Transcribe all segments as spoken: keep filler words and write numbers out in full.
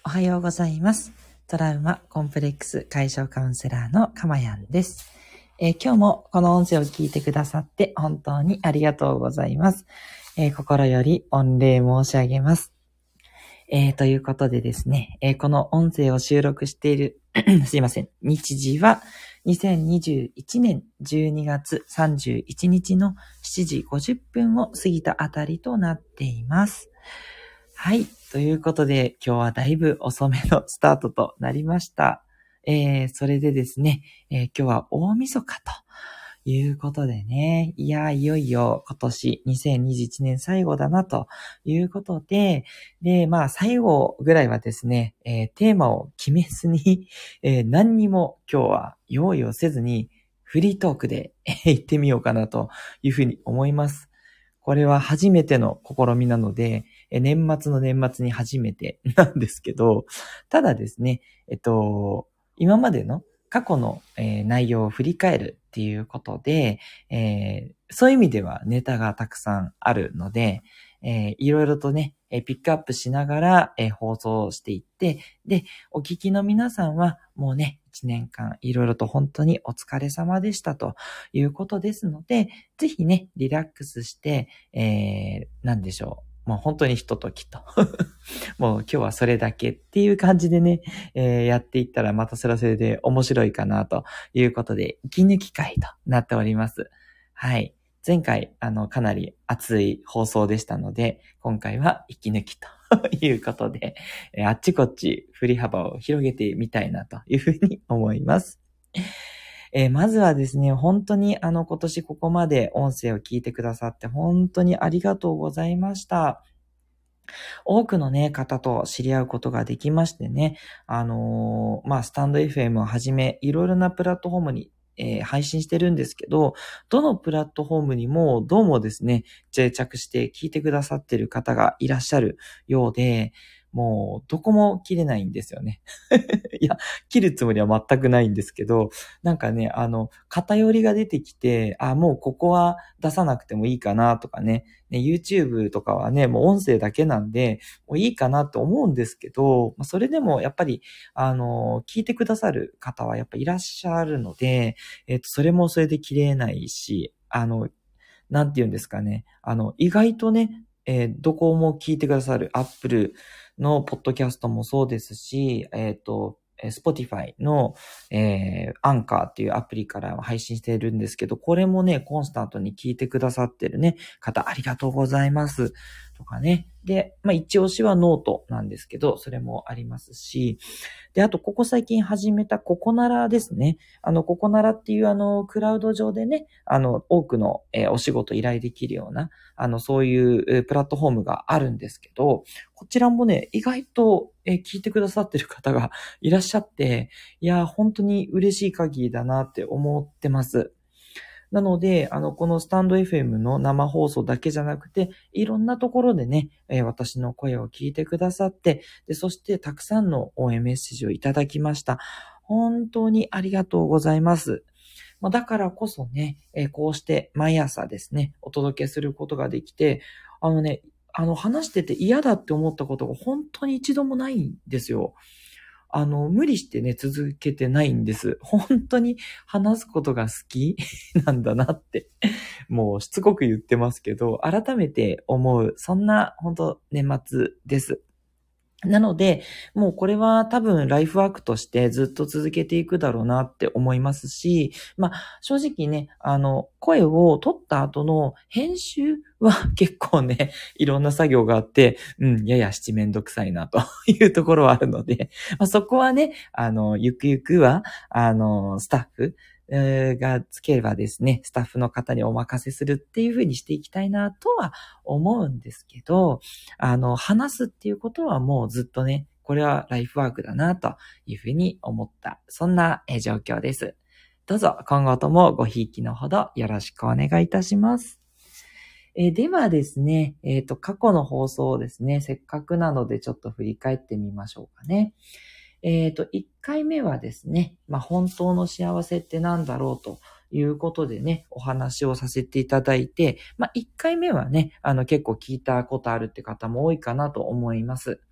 おはようございます。トラウマコンプレックス解消カウンセラーのかまやんです、えー、今日もこの音声を聞いてくださって本当にありがとうございます。えー、心より御礼申し上げます。えー、ということでですね、えー、この音声を収録しているすいません、日時はにせんにじゅういちねんじゅうにがつさんじゅういちにちのしちじごじゅっぷんを過ぎたあたりとなっています。はい。ということで、今日はだいぶ遅めのスタートとなりました。えー、それでですね、えー、今日は大晦日ということでね、いや、いよいよ今年にせんにじゅういちねん最後だなということで、で、まあ最後ぐらいはですね、えー、テーマを決めずに、えー、何にも今日は用意をせずにフリートークで行ってみようかなというふうに思います。これは初めての試みなので、年末の年末に初めてなんですけど、ただですね、えっと、今までの過去の、えー、内容を振り返るっていうことで、えー、そういう意味ではネタがたくさんあるので、えー、いろいろとね、えー、ピックアップしながら、えー、放送していって、で、お聞きの皆さんはもうね、一年間いろいろと本当にお疲れ様でしたということですので、ぜひね、リラックスして、えー、なんでしょう。もう本当にひとときと。もう今日はそれだけっていう感じでね、えー、やっていったらまたそれはそれで面白いかなということで、息抜き会となっております。はい。前回、あの、かなり熱い放送でしたので、今回は息抜きということで、えー、あっちこっち振り幅を広げてみたいなというふうに思います。えー、まずはですね、本当にあの今年ここまで音声を聞いてくださって本当にありがとうございました。多くのね、方と知り合うことができましてね、あのー、まあ、スタンド エフエム をはじめ、いろいろなプラットフォームに、えー、配信してるんですけど、どのプラットフォームにもどうもですね、定着して聞いてくださってる方がいらっしゃるようで、もうどこも切れないんですよね。いや、切るつもりは全くないんですけど、なんかね、あの、偏りが出てきて、あ、もうここは出さなくてもいいかなとかね、ね、YouTube とかはね、もう音声だけなんで、もういいかなと思うんですけど、それでもやっぱり、あの、聞いてくださる方はやっぱいらっしゃるので、えっと、それもそれで切れないし、あの、なんて言うんですかね、あの、意外とね、えー、どこも聞いてくださる Apple のポッドキャストもそうですし、えっと、Spotify の、えー、アンカーっていうアプリから配信しているんですけど、これもね、コンスタントに聞いてくださってるね、方ありがとうございます。とかね。で、まあ一押しはノートなんですけど、それもありますし、で、あとここ最近始めたココナラですね。あの、ココナラっていうあの、クラウド上でね、あの、多くの、えー、お仕事依頼できるような、あの、そういう、えー、プラットフォームがあるんですけど、こちらもね、意外と、えー、聞いてくださってる方がいらっしゃって、いや、本当に嬉しい限りだなって思ってます。なので、あの、このスタンド エフエム の生放送だけじゃなくて、いろんなところでね、えー、私の声を聞いてくださって、で、そしてたくさんの応援メッセージをいただきました。本当にありがとうございます。まあ、だからこそね、えー、こうして毎朝ですね、お届けすることができて、あのね、あの、話してて嫌だって思ったことが本当に一度もないんですよ。あの、無理してね、続けてないんです。本当に話すことが好きなんだなって、もうしつこく言ってますけど、改めて思う、そんな本当年末です。なので、もうこれは多分ライフワークとしてずっと続けていくだろうなって思いますし、まあ正直ね、あの、声を取った後の編集は結構ね、いろんな作業があって、うん、やや七めんどくさいなというところはあるので、まあ、そこはね、あの、ゆくゆくは、あの、スタッフ、がつければですね、スタッフの方にお任せするっていう風にしていきたいなとは思うんですけど、あの、話すっていうことはもうずっとね、これはライフワークだなという風に思った、そんな状況です。どうぞ今後ともごひいきのほどよろしくお願いいたします。えー、ではですね、えっと、過去の放送をですね、せっかくなのでちょっと振り返ってみましょうかね。えっと、いっかいめはですね、まあ、本当の幸せって何だろうということでね、お話をさせていただいて、まあ、いっかいめはね、あの、結構聞いたことあるって方も多いかなと思います。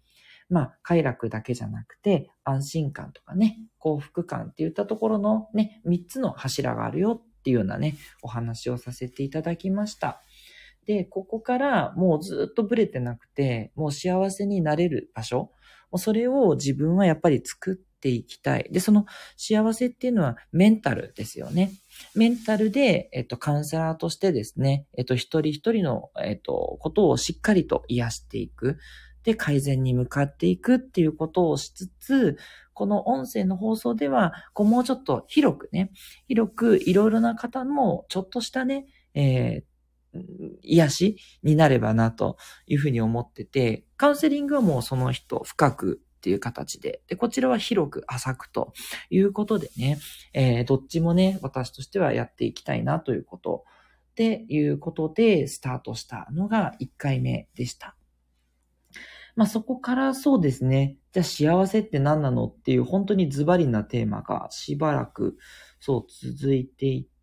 まあ、快楽だけじゃなくて、安心感とかね、幸福感っていったところのね、みっつの柱があるよっていうようなね、お話をさせていただきました。で、ここからもうずっとブレてなくて、もう幸せになれる場所、もうそれを自分はやっぱり作っていきたい。で、その幸せっていうのはメンタルですよね。メンタルで、えっと、カウンセラーとしてですね、えっと、一人一人の、えっと、ことをしっかりと癒していく。で、改善に向かっていくっていうことをしつつ、この音声の放送では、こうもうちょっと広くね、広くいろいろな方のちょっとしたね、えー癒しになればなというふうに思ってて、カウンセリングはもうその人深くっていう形で、で、こちらは広く浅くということでね、えー、どっちもね、私としてはやっていきたいなということっていうことでスタートしたのがいっかいめでした。まあそこからそうですね、じゃあ幸せって何なのっていう本当にズバリなテーマがしばらくそう続いていって、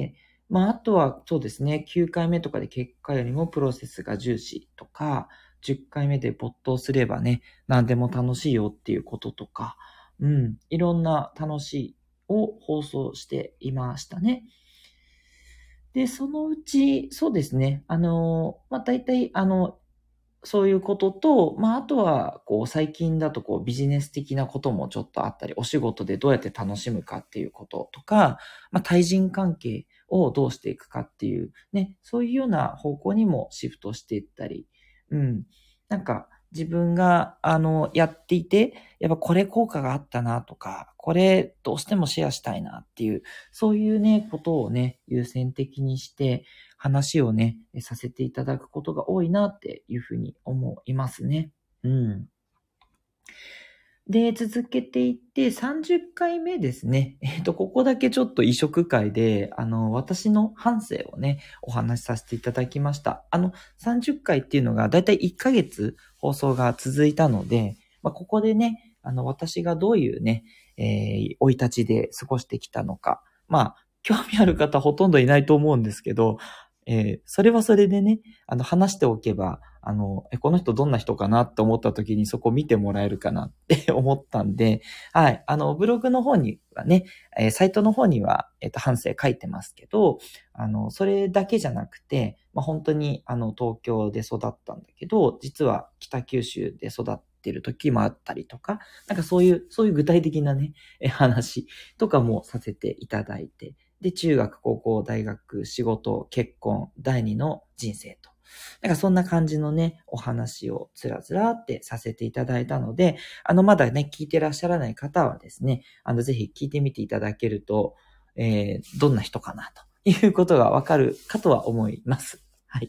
まああとはそうですね、きゅうかいめとかで結果よりもプロセスが重視とか、じゅっかいめで没頭すればね、何でも楽しいよっていうこととか、うん、いろんな楽しいを放送していましたね。で、そのうち、そうですね、あの、まあ大体、あの、そういうことと、まあ、あとは、こう、最近だと、こう、ビジネス的なこともちょっとあったり、お仕事でどうやって楽しむかっていうこととか、まあ、対人関係をどうしていくかっていう、ね、そういうような方向にもシフトしていったり、うん。なんか、自分が、あの、やっていて、やっぱこれ効果があったなとか、これどうしてもシェアしたいなっていう、そういうね、ことをね、優先的にして、話をね、させていただくことが多いなっていうふうに思いますね。うん。で、続けていってさんじゅっかいめですね。えっと、ここだけちょっと異色会で、あの、私の反省をね、お話しさせていただきました。あの、さんじゅっかいっていうのがだいたいいっかげつ放送が続いたので、まあ、ここでね、あの、私がどういうね、えー、生い立ちで過ごしてきたのか。まあ、興味ある方ほとんどいないと思うんですけど、えー、それはそれでね、あの、話しておけば、あの、え、この人どんな人かなって思った時にそこ見てもらえるかなって思ったんで、はい、あの、ブログの方にはね、えー、サイトの方には、えっと、反省書いてますけど、あの、それだけじゃなくて、まあ、本当に、あの、東京で育ったんだけど、実は北九州で育ってる時もあったりとか、なんかそういう、そういう具体的なね、え話とかもさせていただいて、で、中学、高校、大学、仕事、結婚、第二の人生と。なんかそんな感じのね、お話をつらつらってさせていただいたので、あの、まだね、聞いてらっしゃらない方はですね、あの、ぜひ聞いてみていただけると、えー、どんな人かなということがわかるかとは思います。はい。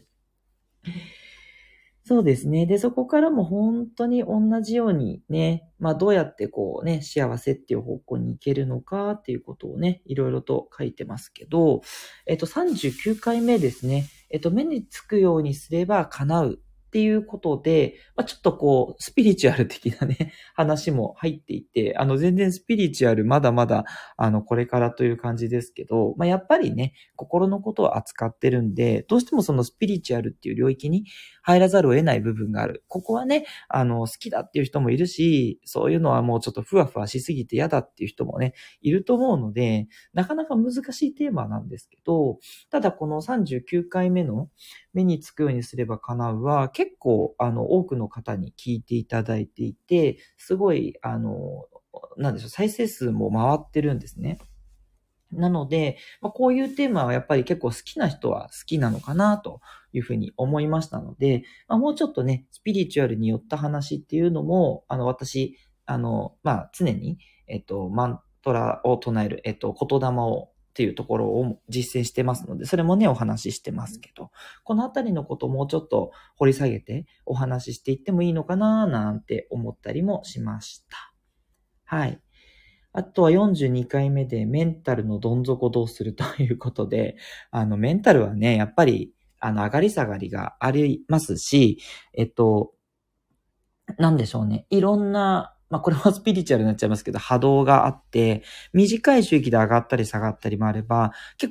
そうですね。で、そこからも本当に同じようにね、まあどうやってこうね、幸せっていう方向に行けるのかっていうことをね、いろいろと書いてますけど、えっとさんじゅうきゅうかいめですね。えっと目につくようにすれば叶うっていうことで、まあちょっとこう、スピリチュアル的なね、話も入っていて、あの全然スピリチュアルまだまだ、あのこれからという感じですけど、まあやっぱりね、心のことを扱ってるんで、どうしてもそのスピリチュアルっていう領域に入らざるを得ない部分がある。ここはね、あの、好きだっていう人もいるし、そういうのはもうちょっとふわふわしすぎて嫌だっていう人もね、いると思うので、なかなか難しいテーマなんですけど、ただこのさんじゅうきゅうかいめの目につくようにすれば叶うは、結構、あの、多くの方に聞いていただいていて、すごい、あの、なんでしょう、再生数も回ってるんですね。なので、まあ、こういうテーマはやっぱり結構好きな人は好きなのかなというふうに思いましたので、まあ、もうちょっとね、スピリチュアルによった話っていうのも、あの、私、あの、まあ、常に、えっと、マントラを唱える、えっと、言霊をっていうところを実践してますので、それもね、お話ししてますけど、このあたりのことをもうちょっと掘り下げてお話ししていってもいいのかななんて思ったりもしました。はい。あとはよんじゅうにかいめでメンタルのどん底どうするということで、あの、メンタルはね、やっぱり、あの、上がり下がりがありますし、えっと、なんでしょうね。いろんな、まあ、これはスピリチュアルになっちゃいますけど、波動があって、短い周期で上がったり下がったりもあれば、結構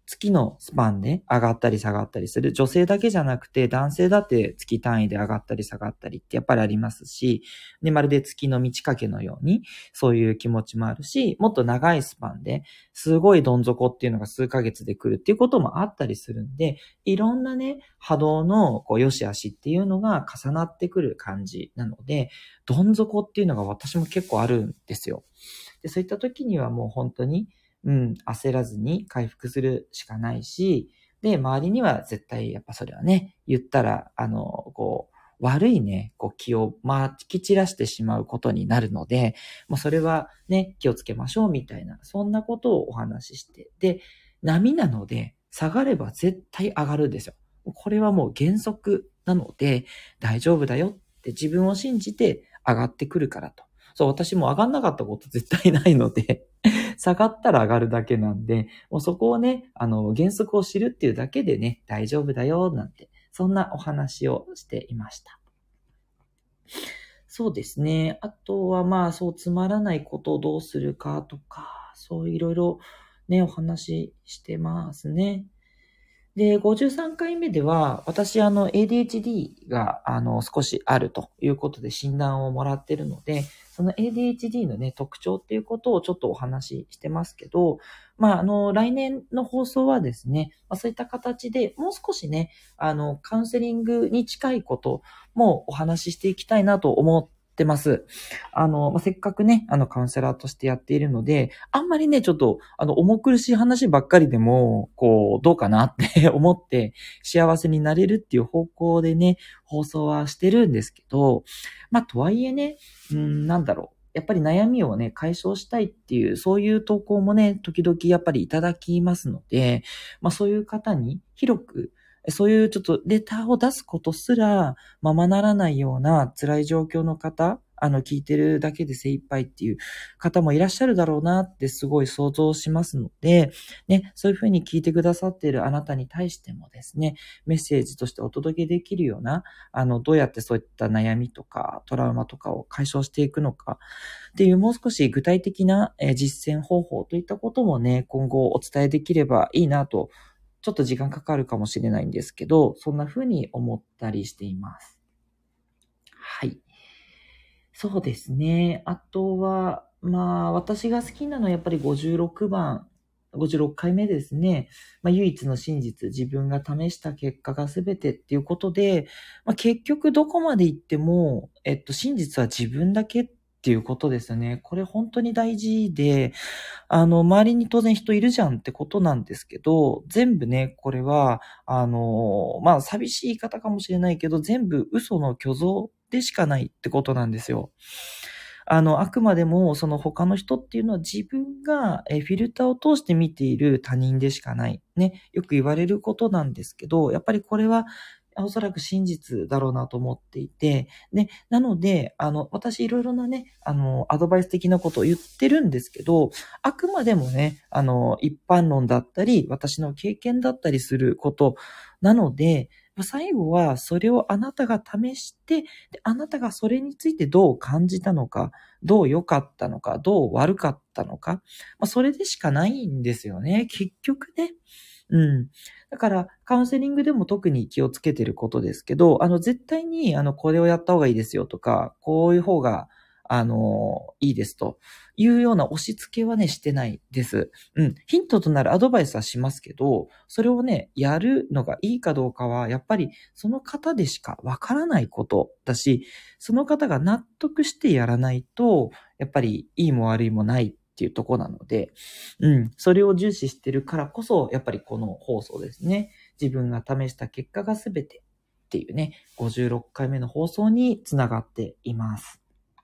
月のスパンで上がったり下がったりする。女性だけじゃなくて男性だって月単位で上がったり下がったりってやっぱりありますし、で、まるで月の満ち欠けのようにそういう気持ちもあるし、もっと長いスパンですごいどん底っていうのが数ヶ月で来るっていうこともあったりするんで、いろんなね、波動のこう良し悪しっていうのが重なってくる感じなので、どん底っていうのが私も結構あるんですよ。で、そういった時にはもう本当にうん、焦らずに回復するしかないし、で、周りには絶対やっぱそれはね、言ったら、あの、こう、悪いね、こう気をまき散らしてしまうことになるので、もうそれはね、気をつけましょうみたいな、そんなことをお話しして、で、波なので、下がれば絶対上がるんですよ。これはもう原則なので、大丈夫だよって自分を信じて上がってくるからと。そう、私も上がんなかったこと絶対ないので、下がったら上がるだけなんで、もうそこをね、あの、原則を知るっていうだけでね、大丈夫だよ、なんて、そんなお話をしていました。そうですね。あとはまあ、そうつまらないことをどうするかとか、そういろいろね、お話ししてますね。で、ごじゅうさんかいめでは、私、あの、エーディーエイチディー が、あの、少しあるということで診断をもらってるので、その エーディーエイチディー のね、特徴っていうことをちょっとお話ししてますけど、まあ、あの、来年の放送はですね、まあ、そういった形でもう少しね、あの、カウンセリングに近いこともお話ししていきたいなと思ってます。あの、まあ、せっかくね、あの、カウンセラーとしてやっているので、あんまりね、ちょっと、あの、重苦しい話ばっかりでも、こう、どうかなって思って、幸せになれるっていう方向でね、放送はしてるんですけど、まあ、とはいえね、うん、なんだろう。やっぱり悩みをね、解消したいっていう、そういう投稿もね、時々やっぱりいただきますので、まあ、そういう方に広く、そういうちょっとレターを出すことすらままならないような辛い状況の方、あの聞いてるだけで精一杯っていう方もいらっしゃるだろうなってすごい想像しますので、ね、そういうふうに聞いてくださっているあなたに対してもですね、メッセージとしてお届けできるような、あの、どうやってそういった悩みとかトラウマとかを解消していくのかっていうもう少し具体的な実践方法といったこともね、今後お伝えできればいいなと、ちょっと時間かかるかもしれないんですけど、そんな風に思ったりしています。はい。そうですね。あとは、まあ、私が好きなのはやっぱりごじゅうろくばん、ごじゅうろっかいめですね。まあ、唯一の真実、自分が試した結果が全てっていうことで、まあ、結局どこまで行っても、えっと、真実は自分だけっていうことですよね。これ本当に大事で、あの、周りに当然人いるじゃんってことなんですけど、全部ね、これは、あの、まあ、寂しい言い方かもしれないけど、全部嘘の虚像でしかないってことなんですよ。あの、あくまでもその他の人っていうのは自分がえフィルターを通して見ている他人でしかない。ね。よく言われることなんですけど、やっぱりこれはおそらく真実だろうなと思っていて、ね。なので、あの、私いろいろなね、あの、アドバイス的なことを言ってるんですけど、あくまでもね、あの、一般論だったり、私の経験だったりすることなので、最後はそれをあなたが試して、であなたがそれについてどう感じたのか、どう良かったのか、どう悪かったのか、まあ、それでしかないんですよね。結局ね。うん。だから、カウンセリングでも特に気をつけてることですけど、あの、絶対に、あの、これをやった方がいいですよとか、こういう方が、あの、いいですというような押し付けはね、してないです。うん。ヒントとなるアドバイスはしますけど、それをね、やるのがいいかどうかは、やっぱりその方でしかわからないことだし、その方が納得してやらないと、やっぱりいいも悪いもないっていうところなので、うん。それを重視してるからこそ、やっぱりこの放送ですね。自分が試した結果が全てっていうね、ごじゅうろっかいめの放送につながっています。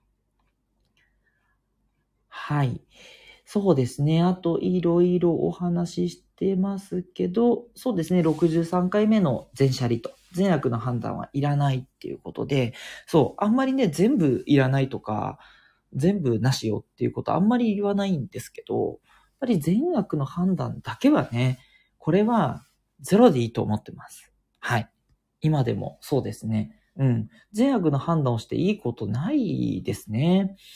はい。そうですね。あと、いろいろお話ししてますけど、そうですね。ろくじゅうさんかいめの全シャリと、善悪の判断はいらないっていうことで、そう、あんまりね、全部いらないとか、全部なしよっていうことあんまり言わないんですけど、やっぱり善悪の判断だけはね、これはゼロでいいと思ってます。はい。今でもそうですね。うん。善悪の判断をしていいことないですね。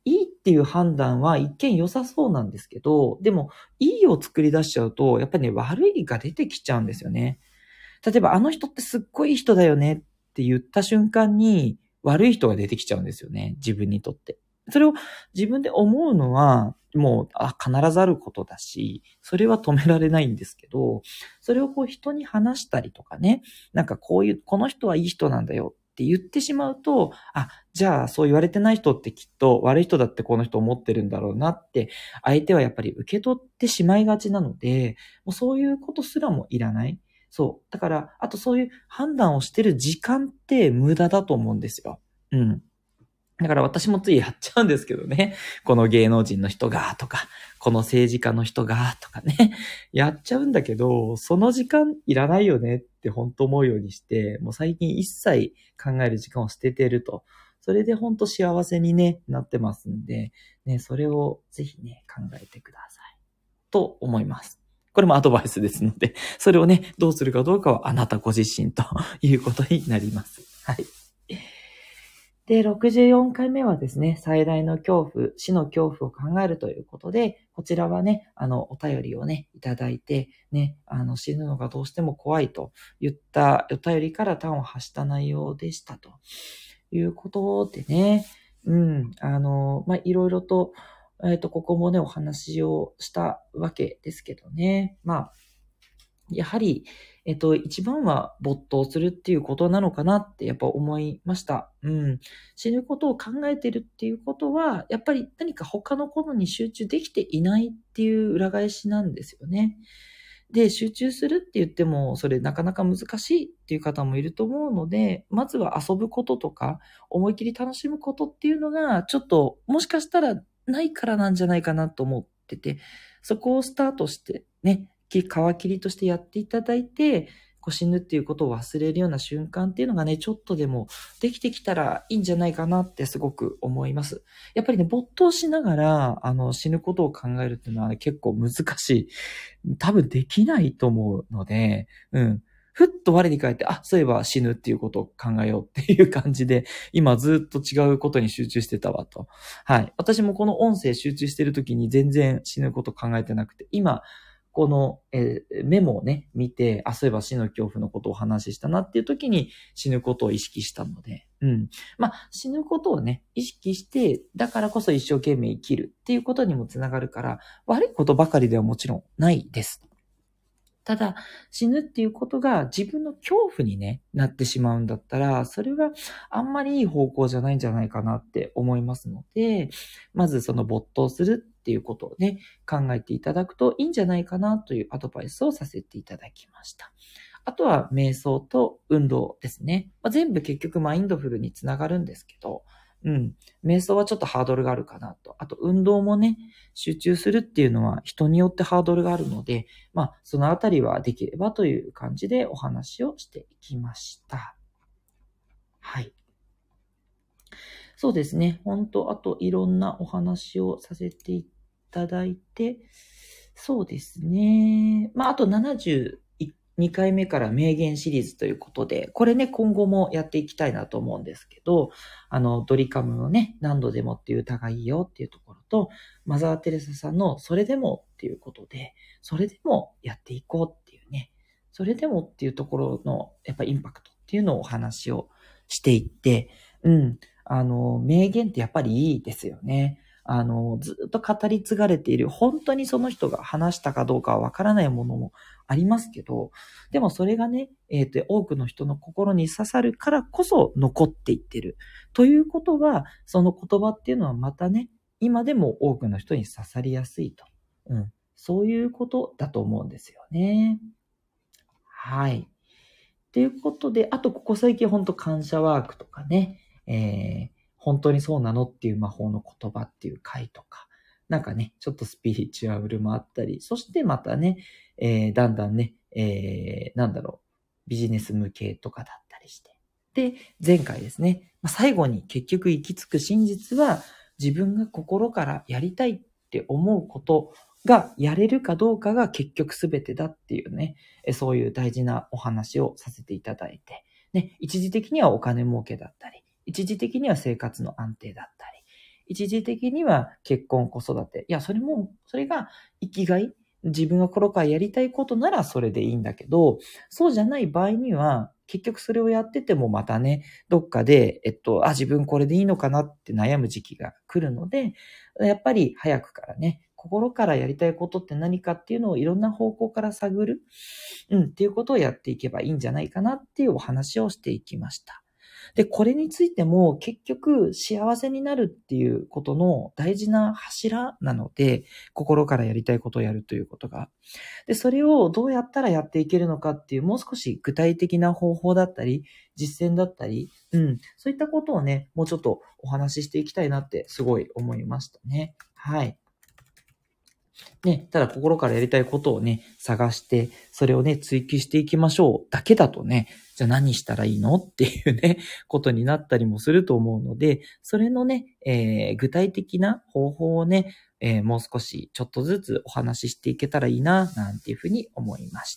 いいっていう判断は一見良さそうなんですけど、でも、いいを作り出しちゃうと、やっぱりね、悪いが出てきちゃうんですよね。例えば、あの人ってすっごいいい人だよねって言った瞬間に、悪い人が出てきちゃうんですよね。自分にとって。それを自分で思うのは、もう、あ、必ずあることだし、それは止められないんですけど、それをこう人に話したりとかね、なんかこういう、この人はいい人なんだよって言ってしまうと、あ、じゃあそう言われてない人ってきっと悪い人だってこの人思ってるんだろうなって、相手はやっぱり受け取ってしまいがちなので、もうそういうことすらもいらない。そう。だから、あとそういう判断をしてる時間って無駄だと思うんですよ。うん。だから私もついやっちゃうんですけどね。この芸能人の人がとか、この政治家の人がとかね。やっちゃうんだけど、その時間いらないよねって本当思うようにして、もう最近一切考える時間を捨ててると。それで本当幸せにね、なってますんで、ね、それをぜひね、考えてください。と思います。これもアドバイスですので、それをね、どうするかどうかはあなたご自身ということになります。はい。で、ろくじゅうよんかいめはですね、最大の恐怖、死の恐怖を考えるということで、こちらはね、あの、お便りをね、いただいて、ね、あの、死ぬのがどうしても怖いと言ったお便りから端を発した内容でしたということでね、うん、あの、まあ、いろいろと、えっと、ここもね、お話をしたわけですけどね、まあ、やはり、えっと、一番は没頭するっていうことなのかなってやっぱ思いました。うん。死ぬことを考えてるっていうことは、やっぱり何か他のことに集中できていないっていう裏返しなんですよね。で、集中するって言っても、それなかなか難しいっていう方もいると思うので、まずは遊ぶこととか、思い切り楽しむことっていうのが、ちょっと、もしかしたらないからなんじゃないかなと思ってて、そこをスタートしてね、皮切りとしてやっていただいて、こう死ぬっていうことを忘れるような瞬間っていうのがね、ちょっとでもできてきたらいいんじゃないかなってすごく思います。やっぱりね、没頭しながら、あの、死ぬことを考えるっていうのは、ね、結構難しい。多分できないと思うので、うん。ふっと我に返って、あ、そういえば死ぬっていうことを考えようっていう感じで、今ずっと違うことに集中してたわと。はい。私もこの音声集中してる時に全然死ぬこと考えてなくて、今、この、えー、メモをね、見て、あ、そういえば死の恐怖のことをお話ししたなっていう時に死ぬことを意識したので、うん。まあ、死ぬことをね、意識して、だからこそ一生懸命生きるっていうことにもつながるから、悪いことばかりではもちろんないです。ただ、死ぬっていうことが自分の恐怖にね、なってしまうんだったら、それはあんまりいい方向じゃないんじゃないかなって思いますので、まずその没頭するっていうことをね、考えていただくといいんじゃないかなというアドバイスをさせていただきました。あとは瞑想と運動ですね。まあ、全部結局マインドフルにつながるんですけど、うん。瞑想はちょっとハードルがあるかなと。あと運動もね、集中するっていうのは人によってハードルがあるので、まあ、そのあたりはできればという感じでお話をしていきました。はい。そうですね。本当あといろんなお話をさせていただいて、そうですね。まあ、あとななじゅうにかいめから名言シリーズということで、これね、今後もやっていきたいなと思うんですけど、あの、ドリカムのね、何度でもっていう歌がいいよっていうところと、マザー・テレサさんのそれでもっていうことで、それでもやっていこうっていうね、それでもっていうところの、やっぱインパクトっていうのをお話をしていって、うん、あの、名言ってやっぱりいいですよね。あの、ずっと語り継がれている、本当にその人が話したかどうかはわからないものもありますけど、でもそれがね、えっと、多くの人の心に刺さるからこそ残っていってる。ということは、その言葉っていうのはまたね、今でも多くの人に刺さりやすいと。うん。そういうことだと思うんですよね。はい。ということで、あとここ最近本当感謝ワークとかね、えー、本当にそうなのっていう魔法の言葉っていう回とか、なんかね、ちょっとスピリチュアルもあったり、そしてまたね、えー、だんだんね、えー、なんだろう、ビジネス向けとかだったりして。で、前回ですね、まあ、最後に結局行き着く真実は、自分が心からやりたいって思うことがやれるかどうかが結局すべてだっていうね、そういう大事なお話をさせていただいて、ね、一時的にはお金儲けだったり、一時的には生活の安定だった一時的には結婚、子育て。いや、それも、それが生きがい。自分がこれからやりたいことならそれでいいんだけど、そうじゃない場合には、結局それをやっててもまたね、どっかで、えっと、あ、自分これでいいのかなって悩む時期が来るので、やっぱり早くからね、心からやりたいことって何かっていうのをいろんな方向から探る、うん、っていうことをやっていけばいいんじゃないかなっていうお話をしていきました。で、これについても結局幸せになるっていうことの大事な柱なので、心からやりたいことをやるということが。で、それをどうやったらやっていけるのかっていうもう少し具体的な方法だったり、実践だったり、うん、そういったことをね、もうちょっとお話ししていきたいなってすごい思いましたね。はい。ね、ただ心からやりたいことをね、探して、それをね、追求していきましょうだけだとね、じゃあ何したらいいのっていうね、ことになったりもすると思うので、それのね、えー、具体的な方法をね、えー、もう少しちょっとずつお話ししていけたらいいな、なんていうふうに思いました。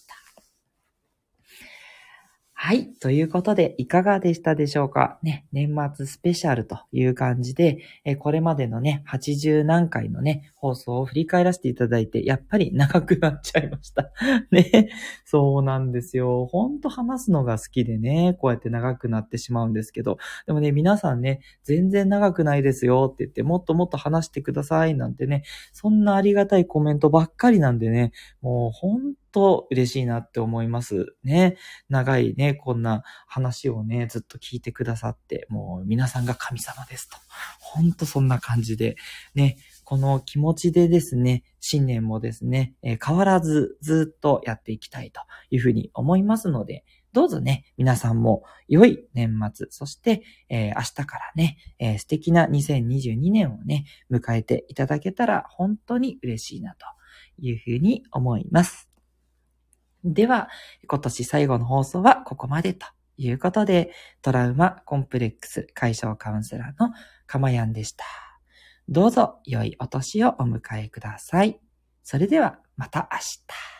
はい。ということで、いかがでしたでしょうかね、年末スペシャルという感じで、えこれまでのね、はちじゅうなんかいのね、放送を振り返らせていただいて、やっぱり長くなっちゃいました。ね。そうなんですよ。ほんと話すのが好きでね、こうやって長くなってしまうんですけど、でもね、皆さんね、全然長くないですよって言って、もっともっと話してくださいなんてね、そんなありがたいコメントばっかりなんでね、もうほんと嬉しいなって思いますね。長いね、こんな話をね、ずっと聞いてくださって、もう皆さんが神様ですと。ほんとそんな感じで、ね、この気持ちでですね、新年もですね、えー変わらずずっとやっていきたいというふうに思いますので、どうぞね、皆さんも良い年末、そして、えー明日からね、えー素敵なにせんにじゅうにねんをね、迎えていただけたら本当に嬉しいなというふうに思います。では、今年最後の放送はここまでということで、トラウマコンプレックス解消カウンセラーのかまやんでした。どうぞ良いお年をお迎えください。それではまた明日。